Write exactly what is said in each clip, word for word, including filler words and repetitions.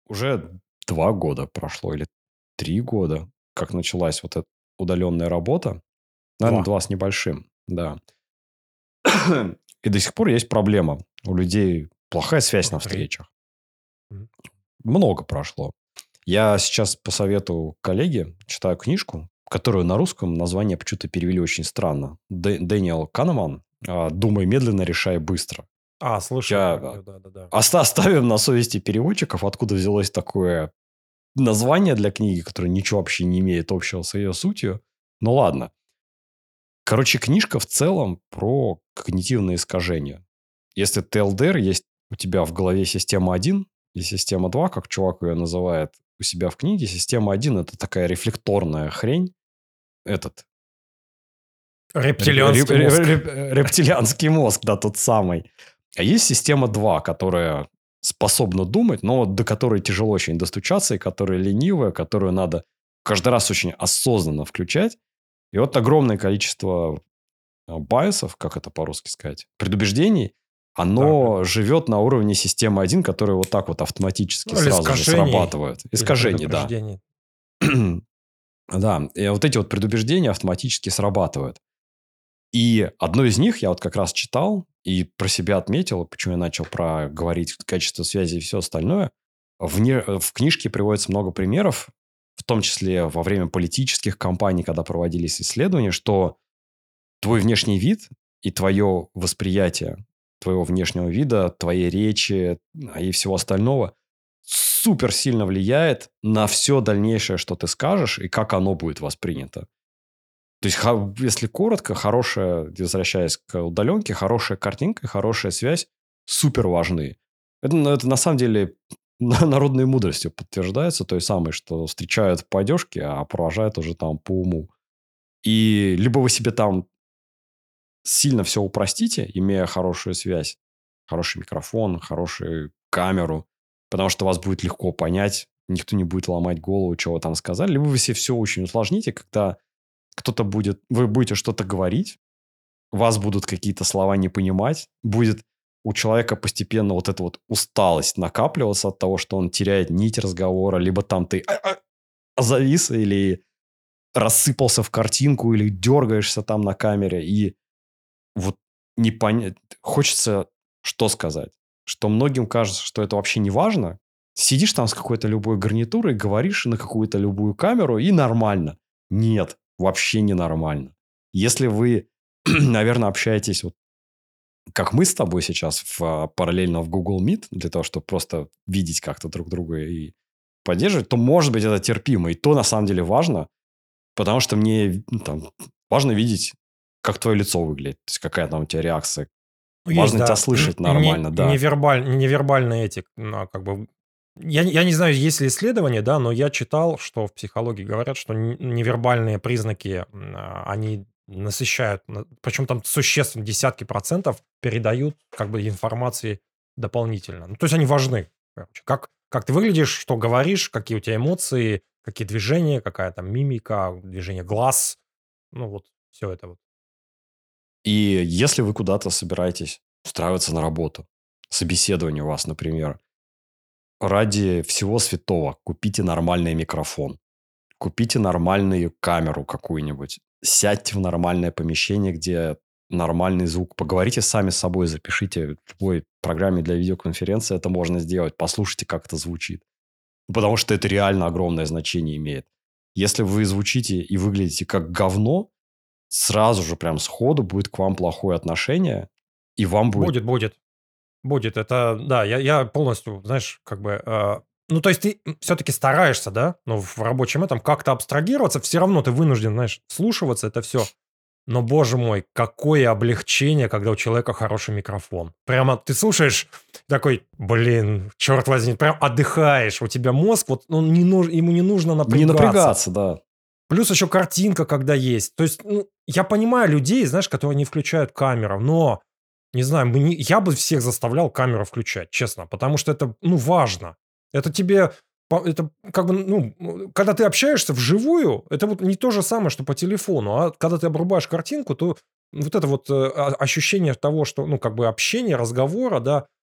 Уже два года прошло или три года, как началась вот эта удаленная работа. Наверно, два. два с небольшим, да. И до сих пор есть проблема. У людей плохая связь на Повтори. встречах. Мгм. Много прошло. Я сейчас по совету коллеги читаю книжку, которую на русском название почему-то перевели очень странно. Дэ Дэниел Канеман, а, "Думай медленно, решай быстро". А, слышал Я про а неё, да-да-да. оста оставим на совести переводчиков, откуда взялось такое название для книги, которое ничего вообще не имеет общего с ее сутью. Ну, ладно. Короче, книжка в целом про когнитивные искажения. Если ты ЛДР, есть у тебя в голове система один и система два, как чувак ее называет у себя в книге. Система один – это такая рефлекторная хрень. Этот реп реп Рептилианский ре мозг. реп рептилианский мозг, да, тот самый. А есть система два, которая способна думать, но до которой тяжело очень достучаться, и которая ленивая, которую надо каждый раз очень осознанно включать. И вот огромное количество, а, байсов, как это по-русски сказать, предубеждений, Да, оно предубеждений. живет на уровне системы один, которые вот так вот автоматически Ну, или сразу же искажений, срабатывают. или Искажений, да. предупреждений. Да, и вот эти вот предубеждения автоматически срабатывают. И одно из них я вот как раз читал и про себя отметил, почему я начал про говорить качество связи и все остальное. Вне в книжке приводится много примеров, в том числе во время политических кампаний, когда проводились исследования, что твой внешний вид и твое восприятие твоего внешнего вида, твоей речи, а, и всего остального супер сильно влияет на все дальнейшее, что ты скажешь, и как оно будет воспринято. То есть, ха если коротко, хорошая, возвращаясь к удаленке, хорошая картинка и хорошая связь супер важны. Это, ну, это на самом деле на народной мудростью подтверждается, той самой, что встречают по одежке, а провожают уже там по уму. И либо вы себе там сильно все упростите, имея хорошую связь, хороший микрофон, хорошую камеру, потому что вас будет легко понять, никто не будет ломать голову, чё вы там сказали. Либо вы себе все очень усложните, когда кто-то будет вы будете что-то говорить, вас будут какие-то слова не понимать, будет у человека постепенно вот эта вот усталость накапливаться от того, что он теряет нить разговора, либо там ты а а завис или рассыпался в картинку, или дергаешься там на камере, и вот не понять хочется что сказать? Что многим кажется, что это вообще не важно. Сидишь там с какой-то любой гарнитурой, говоришь на какую-то любую камеру, и нормально. Нет, вообще не нормально. Если вы, наверно, общаетесь вот как мы с тобой сейчас в а, параллельно в Google Meet, для того, чтобы просто видеть как-то друг друга и поддерживать, то, может быть, это терпимо. И то, на самом деле, важно, потому что мне, ну, там, важно видеть, как твое лицо выглядит, то есть какая там у тебя реакция. Ну, есть, Важно тебя да, слышать не нормально, да. невербаль невербальный этик, на как бы я я не знаю, есть ли исследования, да, но я читал, что в психологии говорят, что н невербальные признаки, м, а, они насыщают, на причем там существенно, десятки процентов передают как бы информации дополнительно. Ну, то есть они важны, короче. Как как ты выглядишь, что говоришь, какие у тебя эмоции, какие движения, какая там мимика, движение глаз. Ну, вот все это вот. И если вы куда-то собираетесь устраиваться на работу, собеседование у вас, например, ради всего святого купите нормальный микрофон, купите нормальную камеру какую-нибудь, сядьте в нормальное помещение, где нормальный звук, поговорите сами с собой, запишите в любой программе для видеоконференции, это можно сделать, послушайте, как это звучит. Потому что это реально огромное значение имеет. Если вы звучите и выглядите как говно, сразу же прям сходу будет к вам плохое отношение, и вам будет... Будет будет. Будет. Это да, я я полностью, знаешь, как бы, а, ну, то есть ты, все-таки стараешься, да, ну, в рабочем этом как-то абстрагироваться, все равно ты вынужден, знаешь, вслушиваться, это все. Но, боже мой, какое облегчение, когда у человека хороший микрофон. Прямо ты слушаешь, такой: "Блин, черт возьми", прям отдыхаешь. У тебя мозг, вот он не нуж ему не нужно Не напрягаться. напрягаться, да. Плюс еще картинка, когда есть. То есть, ну, я понимаю людей, знаешь, которые не включают камеру, но, не знаю, мы не- я бы всех заставлял камеру включать, честно, потому что это, ну, важно. Это тебе, по- это как бы, ну, м, когда ты общаешься вживую, это вот не то же самое, что по телефону, а когда ты обрубаешь картинку, то вот это вот э, а- ощущение того, что, ну, как бы общение, разговора, да,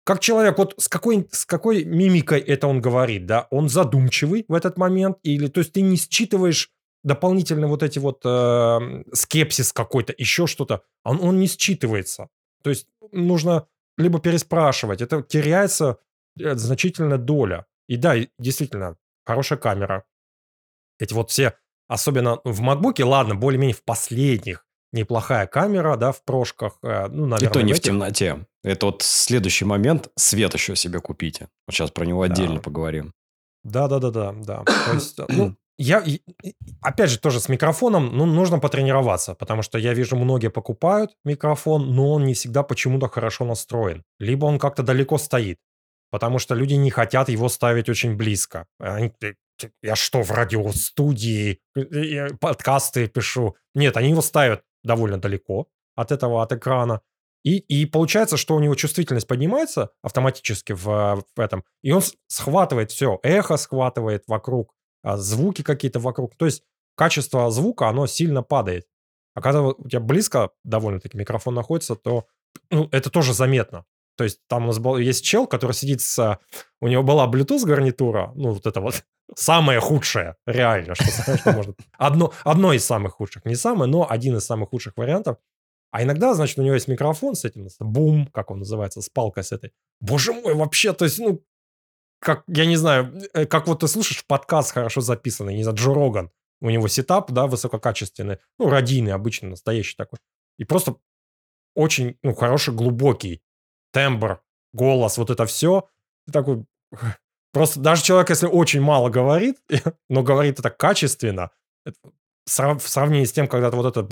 как человек, вот с какой, с какой мимикой это он говорит, да? Он задумчивый в этот момент? Или, то есть ты не считываешь дополнительно вот эти вот э, скепсис какой-то, еще что-то. Он, он не считывается. То есть нужно либо переспрашивать. Это теряется э, значительная доля. И да, и действительно, хорошая камера. Эти вот все, особенно в MacBook, ладно, более-менее в последних, неплохая камера, да, в прошках, э, ну, И то наверное, в не в этих, темноте. Это вот следующий момент. Свет еще себе купите. Вот сейчас про него отдельно да. поговорим. Да-да-да-да, да. То есть, э, ну, я, и- и- опять же, тоже с микрофоном, ну, нужно потренироваться, потому что я вижу, многие покупают микрофон, но он не всегда почему-то хорошо настроен. Либо он как-то далеко стоит, потому что люди не хотят его ставить очень близко. Они, э, т- я что, в радиостудии э, э, подкасты пишу? Нет, они его ставят довольно далеко от этого, от экрана. И, и получается, что у него чувствительность поднимается автоматически в, э, в этом, и он с- схватывает все, эхо схватывает вокруг, а, звуки какие-то вокруг. То есть качество звука, оно сильно падает. А когда вот у тебя близко довольно-таки микрофон находится, то ну, это тоже заметно. То есть там у нас был, есть чел, который сидит с... У него была Bluetooth гарнитура, ну вот это вот самое худшее, реально, что, что может... Одно, одно из самых худших, не самое, но один из самых худших вариантов. А иногда, значит, у него есть микрофон с этим, с бум, как он называется, с палкой с этой. Боже мой, вообще, то есть, ну, как, я не знаю, э, как вот ты слушаешь подкаст хорошо записанный, не знаю, Джо Роган, у него сетап, да, высококачественный, ну, радийный, обычно, настоящий такой. И просто очень, ну, хороший, глубокий тембр, голос, вот это все. Такой, просто даже человек, если очень мало говорит, но говорит это качественно, это срав- в сравнении с тем, когда ты вот это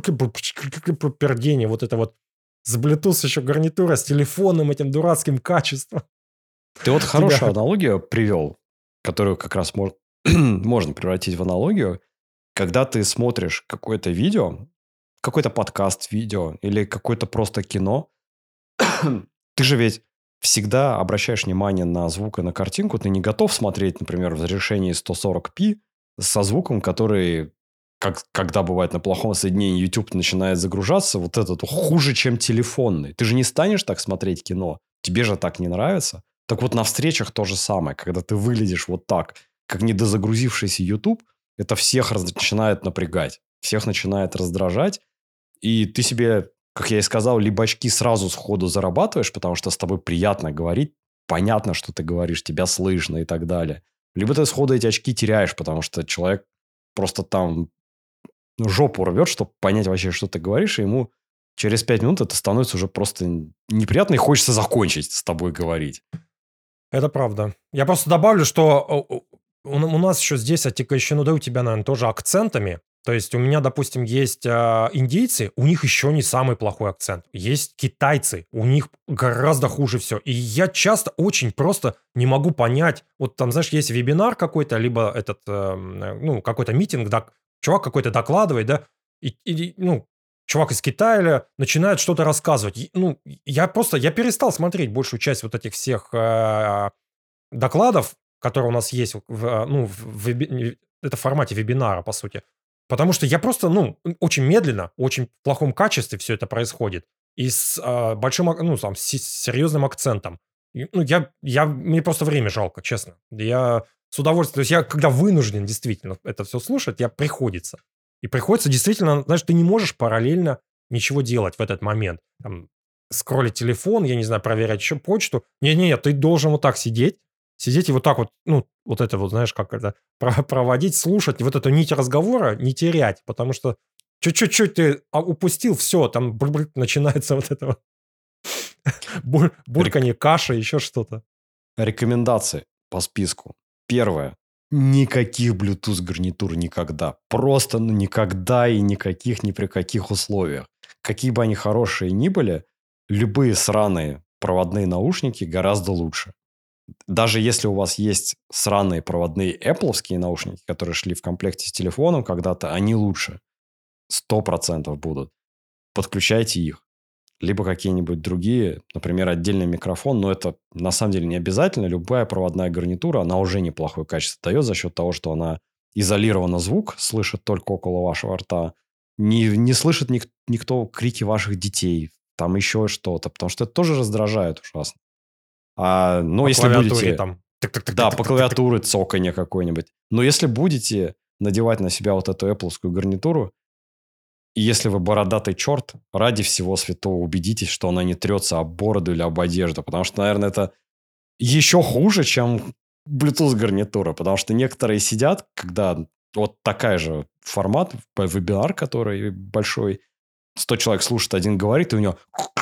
пердение, вот это вот с Bluetooth еще гарнитура, с телефонным этим дурацким качеством. Ты вот Тебя... хорошую аналогию привел, которую как раз мож- можно превратить в аналогию. Когда ты смотришь какое-то видео, какой-то подкаст видео или какое-то просто кино, ты же ведь всегда обращаешь внимание на звук и на картинку. Ты не готов смотреть, например, в разрешении сто сорок пи со звуком, который, как, когда бывает на плохом соединении, YouTube начинает загружаться, вот этот хуже, чем телефонный. Ты же не станешь так смотреть кино. Тебе же так не нравится. Так вот на встречах то же самое. Когда ты выглядишь вот так, как недозагрузившийся YouTube, это всех раз- начинает напрягать. Всех начинает раздражать. И ты себе, как я и сказал, либо очки сразу сходу зарабатываешь, потому что с тобой приятно говорить, понятно, что ты говоришь, тебя слышно и так далее. Либо ты сходу эти очки теряешь, потому что человек просто там ну, жопу рвет, чтобы понять вообще, что ты говоришь, и ему через пять минут это становится уже просто неприятно, и хочется закончить с тобой говорить. Это правда. Я просто добавлю, что у у у нас еще здесь отягощено, да, у тебя, наверное, тоже акцентами. То есть у меня, допустим, есть а, индейцы, у них еще не самый плохой акцент. Есть китайцы, у них гораздо хуже все. И я часто очень просто не могу понять, вот там, знаешь, есть вебинар какой-то, либо этот, эм, э, ну, какой-то митинг, да, чувак какой-то докладывает, да, и, и, ну, чувак из Китая начинает что-то рассказывать. И, ну, я просто, я перестал смотреть большую часть вот этих всех э, докладов, которые у нас есть, в, э, ну, в, веби- не- это в формате вебинара, по сути. Потому что я просто, ну, очень медленно, очень в плохом качестве все это происходит. И с э, большим, ак- ну, там, с серьезным акцентом. И, ну, я, я, мне просто время жалко, честно. Я с удовольствием, то есть я, когда вынужден действительно это все слушать, я приходится. И приходится действительно, знаешь, ты не можешь параллельно ничего делать в этот момент. Там, скроллить телефон, я не знаю, проверять еще почту. Не-не-не, ты должен вот так сидеть, сидеть и вот так вот, ну, вот это вот, знаешь, как это, про- проводить, слушать, вот эту нить разговора не терять, потому что чуть-чуть ты а, упустил, все, там буль-буль начинается вот это вот буль- Рек- бульканье, каша, еще что-то. Рекомендации по списку. Первое. Никаких Bluetooth гарнитур никогда. Просто ну, никогда и никаких, ни при каких условиях. Какие бы они хорошие ни были, любые сраные проводные наушники гораздо лучше. Даже если у вас есть сраные проводные Apple'овские наушники, которые шли в комплекте с телефоном когда-то, они лучше. Сто процентов будут. Подключайте их. Либо какие-нибудь другие, например, отдельный микрофон, но это на самом деле не обязательно. Любая проводная гарнитура, она уже неплохое качество дает за счет того, что она изолирована звук, слышит только около вашего рта, не, не слышит ник- никто крики ваших детей, там еще что-то, потому что это тоже раздражает ужасно. А, но По если клавиатуре будете... там. Да, по Тык-тык-тык-тык-тык-тык-тык. клавиатуре цоканье какое-нибудь. Но если будете надевать на себя вот эту Apple-скую гарнитуру, и если вы бородатый черт, ради всего святого убедитесь, что она не трется об бороду или об одежду. Потому что, наверное, это еще хуже, чем Bluetooth-гарнитура. Потому что некоторые сидят, когда вот такая же формат, вебинар, который большой, сто человек слушает, один говорит, и у него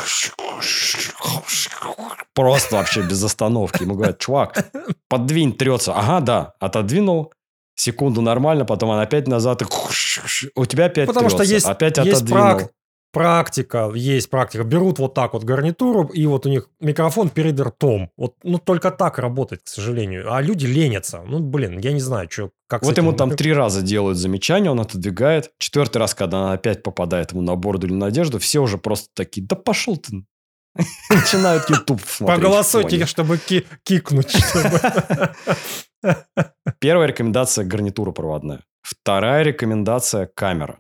просто вообще без остановки. Ему говорят, чувак, подвинь, трется. Ага, да, отодвинул. Секунду нормально, потом она опять назад, и у тебя опять Потому трется. что есть, Опять есть отодвинул. прак- практика, есть практика. Берут вот так вот гарнитуру, и вот у них микрофон перед ртом. Вот, ну, только так работает, к сожалению. А люди ленятся. Ну, блин, я не знаю, что, как с Вот этим... ему там три раза делают замечание, он отодвигает. Четвертый раз, когда она опять попадает ему на бороду или на одежду, все уже просто такие, да пошел ты. Начинают YouTube смотреть. Поголосуйте, чтобы ки- кикнуть. чтобы. Первая рекомендация – гарнитура проводная. Вторая рекомендация – камера.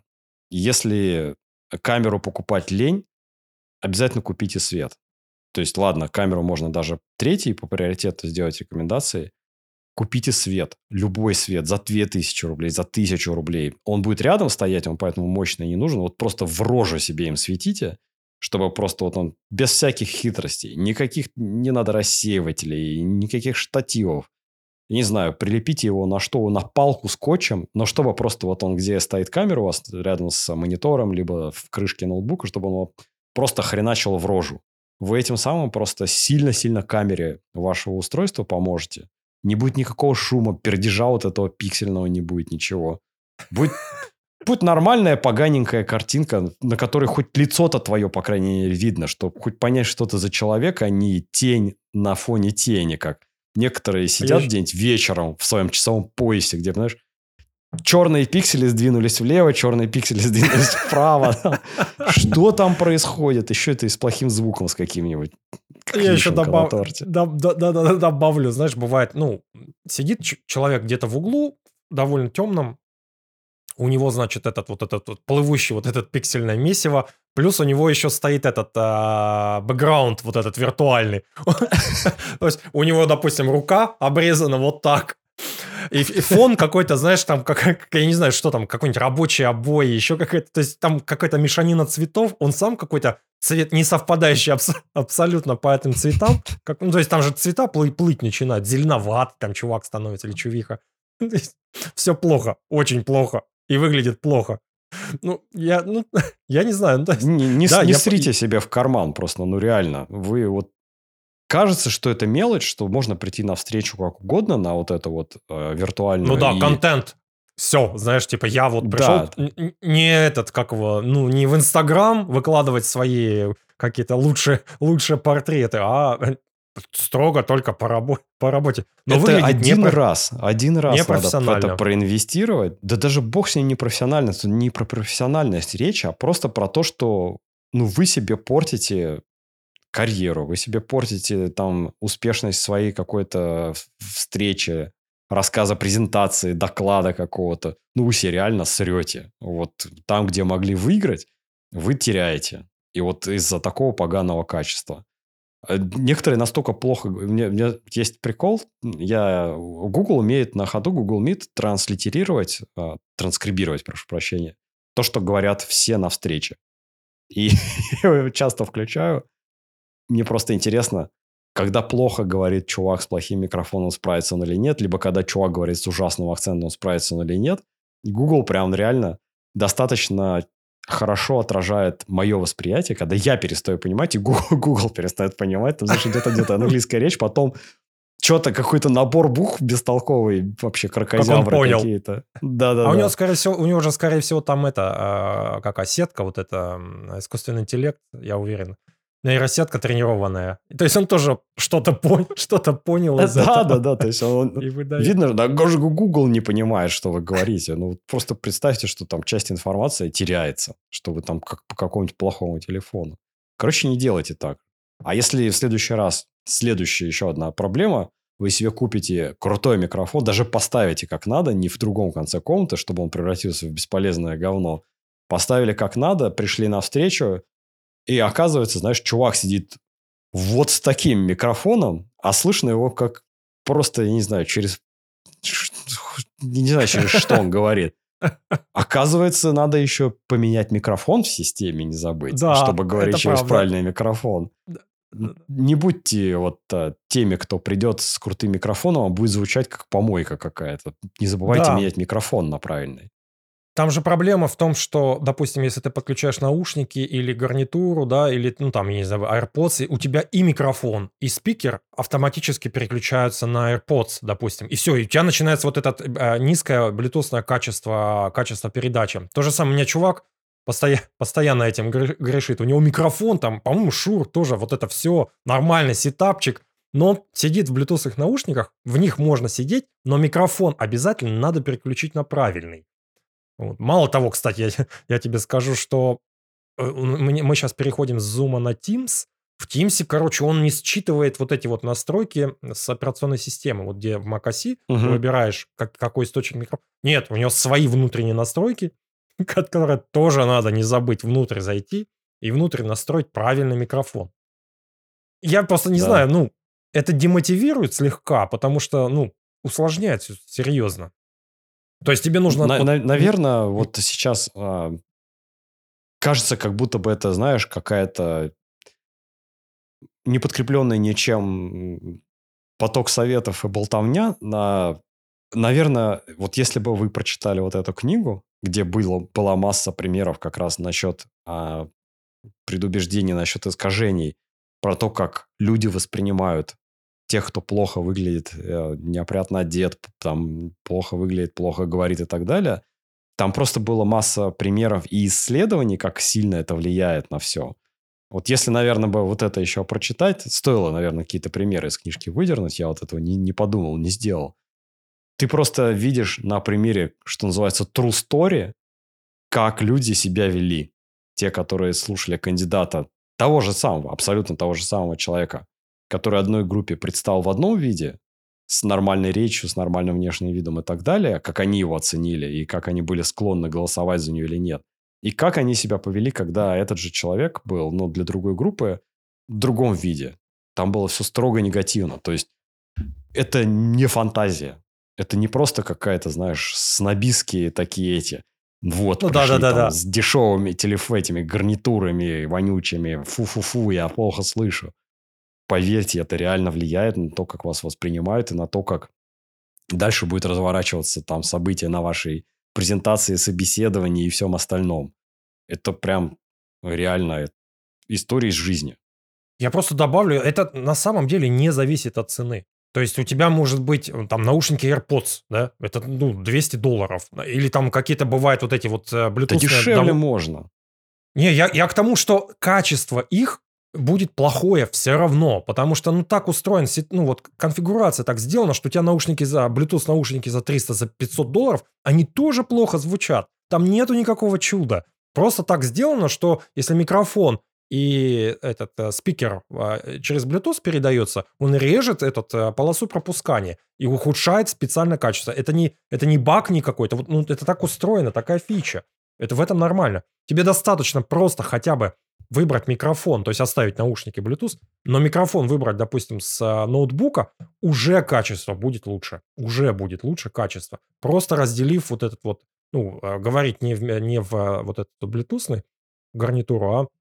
Если камеру покупать лень, обязательно купите свет. То есть, ладно, камеру можно даже третий по приоритету сделать рекомендации. Купите свет. Любой свет. За две тысячи рублей, за тысячу рублей. Он будет рядом стоять, он поэтому мощный не нужен. Вот просто в рожу себе им светите, чтобы просто вот он без всяких хитростей. Никаких не надо рассеивателей, никаких штативов. Не знаю, прилепите его на что? На палку скотчем, но чтобы просто вот он, где стоит камера у вас рядом с монитором, либо в крышке ноутбука, чтобы он его просто хреначил в рожу. Вы этим самым просто сильно-сильно камере вашего устройства поможете. Не будет никакого шума, пердежа вот этого пиксельного не будет ничего. Будет, будет нормальная поганенькая картинка, на которой хоть лицо-то твое, по крайней мере, видно, чтобы хоть понять, что это за человек, а не тень на фоне тени, как некоторые сидят Я- где-нибудь вечером в своем часовом поясе, где, знаешь, черные пиксели сдвинулись влево, черные пиксели сдвинулись вправо. Что там происходит? Еще это и с плохим звуком с каким-нибудь. Я еще вишенка на добав- торте. да- да- да- да- добавлю, знаешь, бывает, ну, сидит ч- человек где-то в углу, довольно темном, у него, значит, этот вот этот вот плывущий вот этот пиксельное месиво, плюс у него еще стоит этот а, бэкграунд вот этот виртуальный. То есть у него, допустим, рука обрезана вот так. И, и фон какой-то, знаешь, там, как, как- я не знаю, что там, какой-нибудь рабочие обои, еще какая-то, то есть там какая-то мешанина цветов, он сам какой-то цвет не совпадающий абс- абсолютно по этим цветам. Как, ну, то есть там же цвета плыть, плыть начинают, зеленоватый там чувак становится или чувиха. Все плохо, очень плохо и выглядит плохо. Ну, я, ну, я не знаю. Ну, то есть, Не, не, да, с- не я- срите себе в карман просто, ну реально. Вы вот... Кажется, что это мелочь, что можно прийти на встречу как угодно, на вот это вот э, виртуальную. Ну да, и- контент. Все, знаешь, типа я вот пришел, Да. н- н- не этот, как его, ну, не в Инстаграм выкладывать свои какие-то лучшие, лучшие портреты, а э, строго только по, рабо- по работе. Но это выглядит один непро- раз, один раз надо в непрофессионально. это проинвестировать. Да даже бог с ним не профессионально. Тут не про профессиональность речь, а просто про то, что ну, вы себе портите карьеру, вы себе портите там успешность своей какой-то в- встречи, рассказа, презентации, доклада какого-то. Ну, вы себе реально срете. Вот там, где могли выиграть, вы теряете. И вот из-за такого поганого качества. Э, Некоторые настолько плохо... У меня, у меня есть прикол. Я... Google умеет на ходу, Google Meet, транслитерировать, а, транскрибировать, прошу прощения, то, что говорят все на встрече. И я его часто включаю. Мне просто интересно, когда плохо говорит чувак с плохим микрофоном, справится он или нет, либо когда чувак говорит с ужасным акцентом, справится он или нет. И Google прям реально достаточно хорошо отражает мое восприятие, когда я перестаю понимать, и Google, Google перестает понимать. Там, значит, где-то где-то английская речь, потом что-то, какой-то набор букв бестолковый, вообще кракозябры понял. какие-то. Да-да-да. А у него, скорее всего, у него же, скорее всего, там это, а, какая сетка, вот это, м, искусственный интеллект, я уверен. Нейросетка тренированная. То есть он тоже что-то понял, что-то понял из Да, этого. да, да. То есть он, И выдает. видно, что даже Google не понимает, что вы говорите. Ну, вот просто представьте, что там часть информации теряется, что вы там как по какому-нибудь плохому телефону. Короче, не делайте так. А если в следующий раз, следующая еще одна проблема, вы себе купите крутой микрофон, даже поставите как надо, не в другом конце комнаты, чтобы он превратился в бесполезное говно. Поставили как надо, пришли навстречу, и оказывается, знаешь, чувак сидит вот с таким микрофоном, а слышно его как просто, я не знаю, через... Не знаю, через что он говорит. Оказывается, надо еще поменять микрофон в системе, не забыть, Да, чтобы говорить это через правда. правильный микрофон. Да, Н- да, да. Не будьте вот а, теми, кто придет с крутым микрофоном, а будет звучать как помойка какая-то. Не забывайте Да, менять микрофон на правильный. там же проблема в том, что, допустим, если ты подключаешь наушники или гарнитуру, да, или, ну, там, я не знаю, AirPods, и у тебя и микрофон, и спикер автоматически переключаются на AirPods, допустим, и все, и у тебя начинается вот это э, низкое блютусное качество, качество передачи. То же самое, у меня чувак постоя- постоянно этим гре- грешит, у него микрофон там, по-моему, Шур тоже, вот это все, нормальный сетапчик, но он сидит в блютусных наушниках, в них можно сидеть, но микрофон обязательно надо переключить на правильный. Вот. Мало того, кстати, я, я тебе скажу, что э, мы, мы сейчас переходим с Zoom на Teams. В Teams, короче, он не считывает вот эти вот настройки с операционной системы, вот где в macOS ты Мгм. выбираешь, как, какой источник микрофона. Нет, у него свои внутренние настройки, которые тоже надо не забыть внутрь зайти и внутрь настроить правильный микрофон. Я просто не Да. знаю, ну, это демотивирует слегка, потому что, ну, усложняет всё серьезно. То есть тебе нужно вот... не- Наверное, вот сейчас а, кажется, как будто бы это, знаешь, какая-то не подкрепленная ничем м, поток советов и болтовня. На... Наверное, вот если бы вы прочитали вот эту книгу, где было, была масса примеров как раз насчет а, предубеждений, насчет искажений, про то, как люди воспринимают тех, кто плохо выглядит, э, неопрятно одет, там, плохо выглядит, плохо говорит и так далее. Там просто была масса примеров и исследований, как сильно это влияет на все. Вот если, наверное, бы вот это еще прочитать, стоило, наверное, какие-то примеры из книжки выдернуть, я вот этого не, не подумал, не сделал. Ты просто видишь на примере, что называется, true story, как люди себя вели. Те, которые слушали кандидата того же самого, абсолютно того же самого человека, который одной группе предстал в одном виде, с нормальной речью, с нормальным внешним видом и так далее, как они его оценили, и как они были склонны голосовать за нее или нет. И как они себя повели, когда этот же человек был, но для другой группы, в другом виде. Там было все строго негативно. То есть, это не фантазия. Это не просто какая-то, знаешь, снобистские такие эти. Вот, Ну пришли там да-да-да-да. с дешевыми телеф... этими гарнитурами вонючими. Фу-фу-фу, я плохо слышу. Поверьте, это реально влияет на то, как вас воспринимают, и на то, как дальше будет разворачиваться там события на вашей презентации, собеседовании и всем остальном. Это прям реально история из жизни. Я просто добавлю, это на самом деле не зависит от цены. То есть у тебя может быть э, там наушники AirPods, да, это ну двести долларов. да, Или там какие-то бывают вот эти вот э, Да блютусные... дешевле дов- можно. Не, я, я к тому, что качество их будет плохое все равно, потому что, ну, так устроен, сет- ну, вот конфигурация так сделана, что у тебя наушники за, Bluetooth наушники за триста, за пятьсот долларов, они тоже плохо звучат. Там нету никакого чуда. Просто так сделано, что если микрофон и этот э, спикер э, через Bluetooth передается, он режет этот э, полосу пропускания и ухудшает специально качество. Это не, это не баг никакой, это, вот, ну, это так устроено, такая фича. Это в этом нормально. Тебе достаточно просто хотя бы выбрать микрофон, то есть оставить наушники Bluetooth, но микрофон выбрать, допустим, с а, ноутбука, уже качество будет лучше. Уже будет лучше качество. Просто разделив вот этот вот, ну, а, говорить не в, м- не в а, вот эту блютусный гарнитуру, а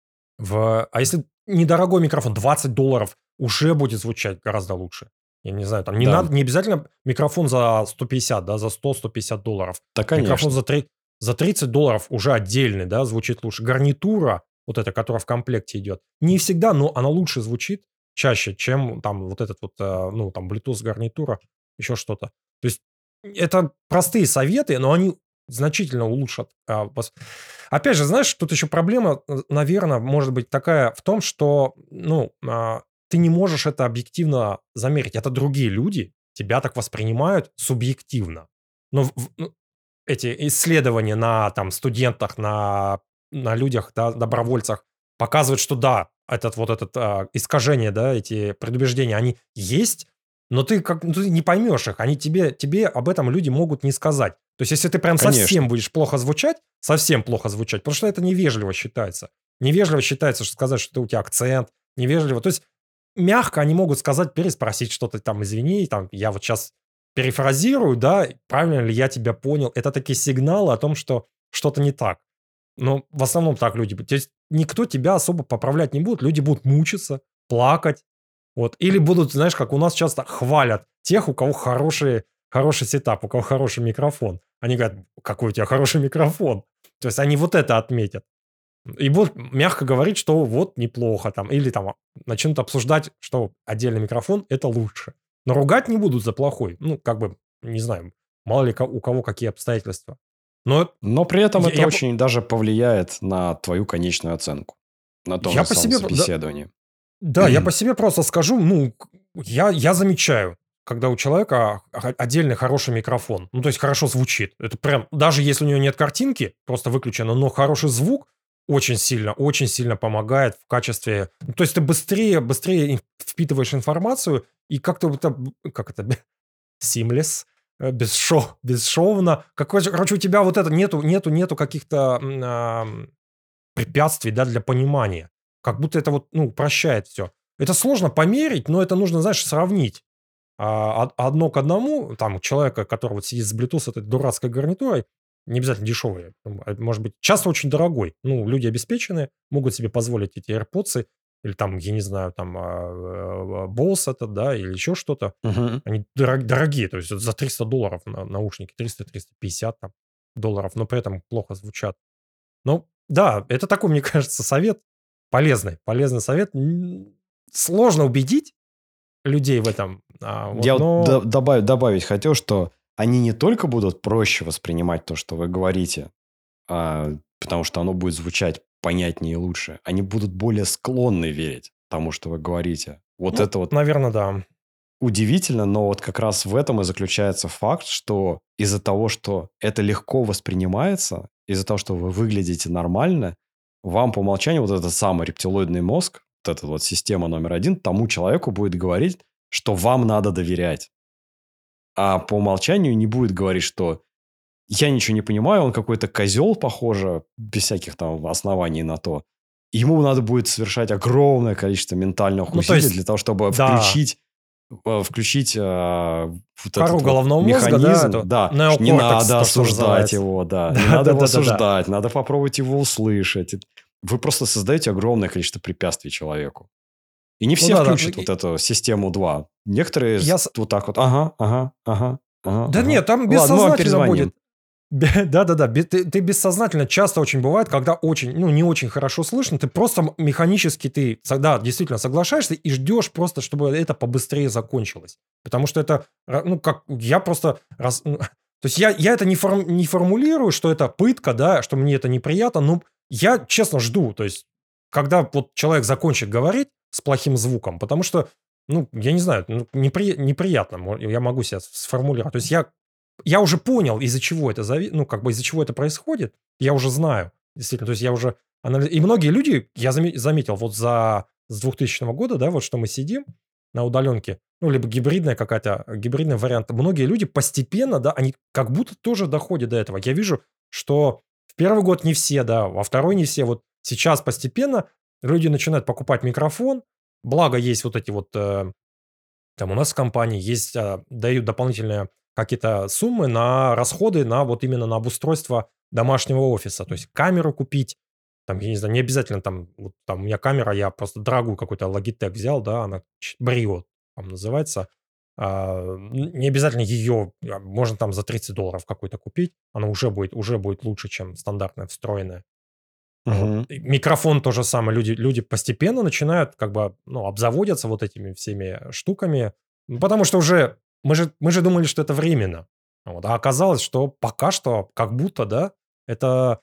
в... А если недорогой микрофон, двадцать долларов, уже будет звучать гораздо лучше. Я не знаю, там не Да, надо, не обязательно микрофон за сто пятьдесят, да, за сто сто пятьдесят долларов. да, Микрофон конечно. за, три, за тридцать долларов уже отдельный, да, звучит лучше. Гарнитура, вот эта, которая в комплекте идет, не всегда, но она лучше звучит чаще, чем там вот этот вот, э, ну, там, Bluetooth гарнитура, еще что-то. То есть это простые советы, но они значительно улучшат. а, вас. Опять же, знаешь, тут еще проблема, наверное, может быть такая в том, что, ну, а, ты не можешь это объективно замерить. Это другие люди тебя так воспринимают субъективно. Но в- в- ну, эти исследования на там студентах, на, на людях, да, добровольцах показывают, что да, этот вот этот а, искажение, да, эти предубеждения, они есть, но ты как ну, ты не поймешь их, они тебе, тебе об этом люди могут не сказать. То есть, если ты прям совсем Конечно. будешь плохо звучать, совсем плохо звучать, потому что это невежливо считается. Невежливо считается, что сказать, что у тебя акцент, невежливо. То есть мягко они могут сказать, переспросить что-то там, извини, там, я вот сейчас перефразирую, да, правильно ли я тебя понял. Это такие сигналы о том, что что-то не так. Но в основном так люди... То есть никто тебя особо поправлять не будет, люди будут мучиться, плакать. Вот. Или будут, знаешь, как у нас часто хвалят тех, у кого хороший, хороший сетап, у кого хороший микрофон. Они говорят, какой у тебя хороший микрофон. То есть они вот это отметят. И будут мягко говорить, что вот неплохо там. Или там начнут обсуждать, что отдельный микрофон это лучше. Но ругать не будут за плохой. Ну, как бы, не знаю, мало ли у кого какие обстоятельства. Но, Но при этом я, это я, очень даже повлияет на твою конечную оценку. На том я же по самом себе... Да, собеседовании. да, я по себе просто скажу, ну, я, я замечаю, когда у человека отдельный хороший микрофон. Ну, то есть хорошо звучит. Это прям, даже если у него нет картинки, просто выключено, но хороший звук очень сильно, очень сильно помогает в качестве... Ну, то есть ты быстрее, быстрее впитываешь информацию и как-то... Это, как это? Seamless, бесшов, бесшовно. Какой, короче, у тебя вот это нету, нету, нету каких-то а, препятствий, да, для понимания. Как будто это вот, ну, упрощает все. Это сложно померить, но это нужно, знаешь, сравнить. А, одно к одному, там, у человека, который вот сидит с Bluetooth, этой дурацкой гарнитурой, не обязательно дешевый, может быть, часто очень дорогой. Ну, люди обеспеченные, могут себе позволить эти AirPods, или там, я не знаю, там, Bose этот, да, или еще что-то. Угу. Они дорог, дорогие, то есть за триста долларов на наушники, триста триста пятьдесят там, долларов, но при этом плохо звучат. Ну, да, это такой, мне кажется, совет полезный, полезный совет. Сложно убедить людей в этом. А, вот, Я но... вот добавить, добавить хотел, что они не только будут проще воспринимать то, что вы говорите, а, потому что оно будет звучать понятнее и лучше, они будут более склонны верить тому, что вы говорите. Вот ну, это вот... Наверное, да. Удивительно, но вот как раз в этом и заключается факт, что из-за того, что это легко воспринимается, из-за того, что вы выглядите нормально, вам по умолчанию вот этот самый рептилоидный мозг, вот эта вот система номер один, тому человеку будет говорить, что вам надо доверять. А по умолчанию не будет говорить, что я ничего не понимаю, он какой-то козел, похоже, без всяких там оснований на то. Ему надо будет совершать огромное количество ментальных Ну, то усилий есть, для того, чтобы да, включить включить э, вот кору этот головного вот мозга, да, механизм. эту Да, не неокортекс, надо то, что осуждать называется. его, да. Не Да, надо да, его да, да, да. осуждать, надо попробовать его услышать. Вы просто создаете огромное количество препятствий человеку. И не Ну все да, да. включат И- вот эту систему два. Некоторые Я с- с- вот так вот, ага, ага, ага, ага, Да ага. нет, там Ладно, мы вам бессознательно перезвоним. будет. Бе- Да-да-да, бе- ты, ты бессознательно, часто очень бывает, когда очень, ну, не очень хорошо слышно, ты просто м- механически, ты, со- да, действительно соглашаешься и ждешь просто, чтобы это побыстрее закончилось. Потому что это, ра- ну, как, я просто, раз, ну, то есть я, я это не, форм- не формулирую, что это пытка, да, что мне это неприятно, но я честно жду, то есть когда вот человек закончит говорить с плохим звуком, потому что, ну, я не знаю, ну, непри- неприятно, мо- я могу себя сформулировать. То есть я я уже понял, из-за чего это зави... ну, как бы из-за чего это происходит. Я уже знаю. Действительно, то есть я уже анализ... И многие люди, я заме- заметил, вот за с двухтысячного года, да, вот что мы сидим на удаленке, ну, либо гибридная какая-то, гибридный вариант. Многие люди постепенно, да, они как будто тоже доходят до этого. Я вижу, что в первый год не все, да, во второй не все. Вот сейчас постепенно люди начинают покупать микрофон. Благо есть вот эти вот... э, там у нас в компании есть, а, дают дополнительные какие-то суммы на расходы, на вот именно на обустройство домашнего офиса. То есть камеру купить, там, я не знаю, не обязательно там, вот там у меня камера, я просто дорогую какую-то Logitech взял, да, она ч- Brio там называется. А, н- не обязательно ее, а, можно там за тридцать долларов какой-то купить, она уже будет, уже будет лучше, чем стандартная встроенная. Вот. Мгм. И микрофон то же самое. Люди, люди постепенно начинают как бы, ну, обзаводятся вот этими всеми штуками. Ну, потому что уже мы же, мы же думали, что это временно. Вот. А оказалось, что пока что как будто, да, это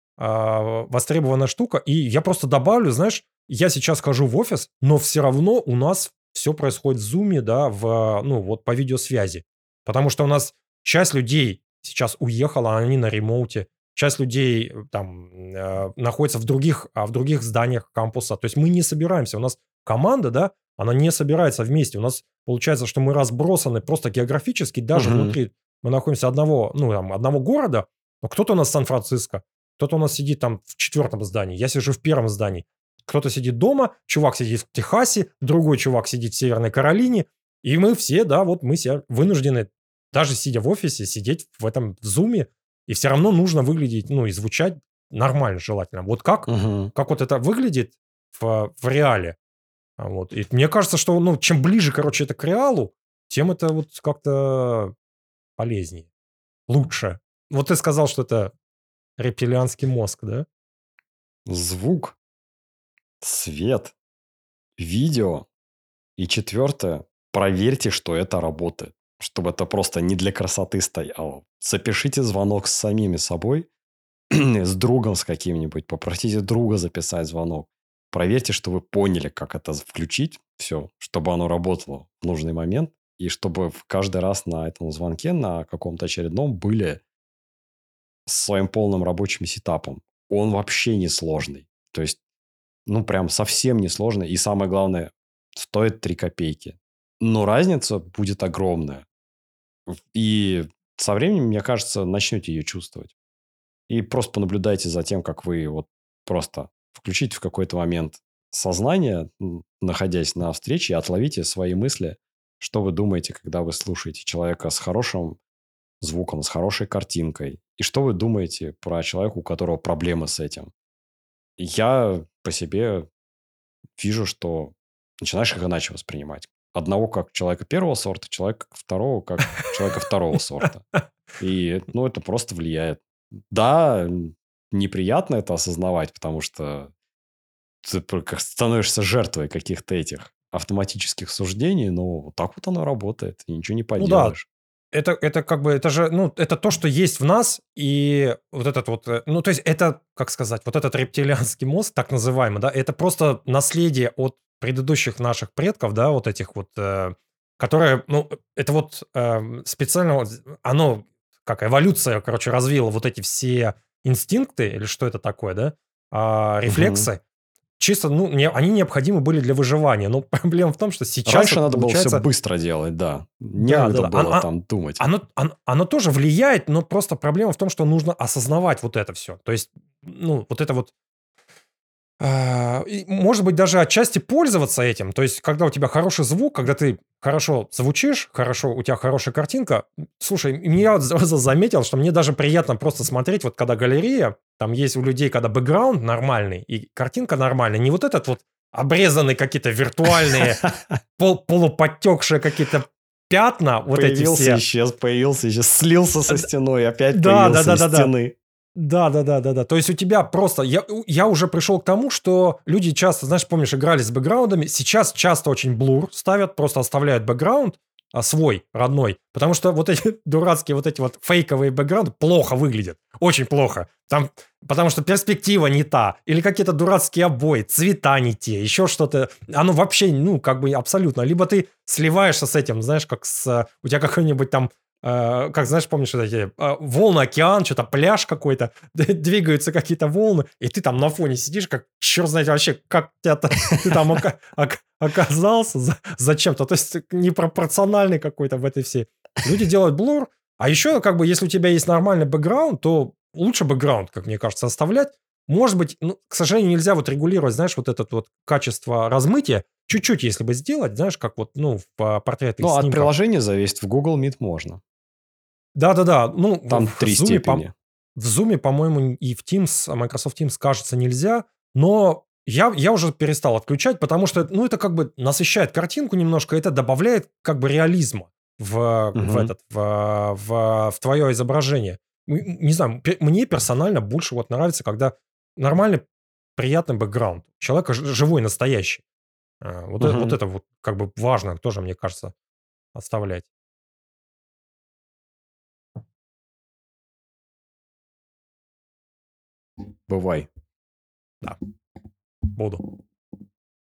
а, востребованная штука. И я просто добавлю, знаешь, я сейчас хожу в офис, но все равно у нас все происходит в Zoom, да, в, ну, вот по видеосвязи. Потому что у нас часть людей сейчас уехала, они на ремоуте. Часть людей э, там э, находится в других, а, в других зданиях кампуса. То есть мы не собираемся. У нас команда, да, она не собирается вместе. У нас получается, что мы разбросаны просто географически, даже Мгм. внутри. Мы находимся одного, ну, там, одного города, но кто-то у нас в Сан-Франциско, кто-то у нас сидит там в четвертом здании, я сижу в первом здании. кто-то сидит дома, чувак сидит в Техасе, другой чувак сидит в Северной Каролине, и мы все, да, вот мы себя вынуждены, даже сидя в офисе, сидеть в этом зуме, и все равно нужно выглядеть, ну, и звучать нормально, желательно. Вот как, Мгм. как вот это выглядит в, в реале. А Вот. И мне кажется, что, ну, чем ближе, короче, это к реалу, тем это вот как-то полезнее, лучше. Вот ты сказал, что это рептилианский мозг, да? Звук, свет, видео. И четвертое, проверьте, что это работает. Чтобы это просто не для красоты стояло. Запишите звонок с самими собой, с другом с каким-нибудь. Попросите друга записать звонок. Проверьте, что вы поняли, как это включить. Все, чтобы оно работало в нужный момент. И чтобы в каждый раз на этом звонке, на каком-то очередном, были с своим полным рабочим сетапом. Он вообще не сложный. То есть, ну, прям совсем не сложный. И самое главное, стоит три копейки. Но разница будет огромная. И со временем, мне кажется, начнете ее чувствовать. И просто понаблюдайте за тем, как вы вот просто включите в какой-то момент сознание, м, находясь на встрече, и отловите свои мысли, что вы думаете, когда вы слушаете человека с хорошим звуком, с хорошей картинкой. И что вы думаете про человека, у которого проблемы с этим. Я по себе вижу, что начинаешь их иначе воспринимать. Одного как человека первого сорта, человека второго как человека второго сорта. И, ну, это просто влияет. Да, м, неприятно это осознавать, потому что ты про- как становишься жертвой каких-то этих автоматических суждений, но вот так вот оно работает, и ничего не Ну да, поделаешь. это, это как бы, это же, ну, это то, что есть в нас, и вот этот вот, э, ну, то есть это, как сказать, вот этот рептилианский мозг, так называемый, да, это просто наследие от предыдущих наших предков, да, вот этих вот, э, которые, ну, это вот эм, специально, вот, оно, как эволюция, короче, развила вот эти все инстинкты, или что это такое, да, а, Мгм. рефлексы, чисто, ну, не, они необходимы были для выживания, но проблема в том, что сейчас Раньше это надо было все получается. быстро делать, да. Да, Некогда да-да. Ан было а там думать. оно оно оно тоже влияет, но просто проблема в том, что нужно осознавать вот это все. То есть, ну, вот это вот, а, и, может быть, даже отчасти пользоваться этим. То есть, когда у тебя хороший звук, когда ты хорошо звучишь, хорошо, у тебя хорошая картинка. Слушай, м я вот за за заметил, что мне даже приятно просто смотреть, вот когда галерея, там есть у людей, когда бэкграунд нормальный и картинка нормальная, не вот этот вот обрезанные какие-то виртуальные, пол полуподтекшие какие-то пятна, вот эти Появился, все. исчез, появился, исчез, слился А, со стеной, опять да, появился из да-да-да-да. стены. Да-да-да-да-да. То есть у тебя просто я у я уже пришел к тому, что люди часто, знаешь, помнишь, играли с бэкграундами. Сейчас часто очень блур ставят, просто оставляют бэкграунд, а, свой, родной, потому что вот эти дурацкие, вот эти вот фейковые бэкграунды плохо выглядят, очень плохо. Там, потому что перспектива не та, или какие-то дурацкие обои, цвета не те, еще что-то. Оно вообще, ну, как бы абсолютно. Либо ты сливаешься с этим, знаешь, как с... У тебя какой-нибудь там Э, как, знаешь, помнишь вот эти э, волны, океан, что-то пляж какой-то, двигаются какие-то волны, и ты там на фоне сидишь, как черт знает вообще, как тебя-то, ты там ока- ок- оказался, за- зачем-то, то есть непропорциональный какой-то в этой всей. Люди делают блур, а еще, как бы, если у тебя есть нормальный бэкграунд, то лучше бэкграунд, как мне кажется, оставлять. Может быть, ну, к сожалению, нельзя вот регулировать, знаешь, вот это вот качество размытия, чуть-чуть, если бы сделать, знаешь, как вот, ну, в а, портретных Ну, от снимках. приложения зависит. В Google Meet можно. Да-да-да. Ну, в Там в три Zoom, пом степени. в Zoom, по-моему, и в Teams, а, Microsoft Teams, кажется, нельзя. Но я я уже перестал отключать, потому что, ну, это как бы насыщает картинку немножко, это добавляет как бы реализма в в Мгм. этот, в в в твое изображение. М не знаю, пе мне персонально больше вот нравится, когда нормальный, приятный бэкграунд. Человека ж живой, настоящий. А, вот э вот Мгм. это вот как бы важно тоже, мне кажется, оставлять. Бывай. Да, буду.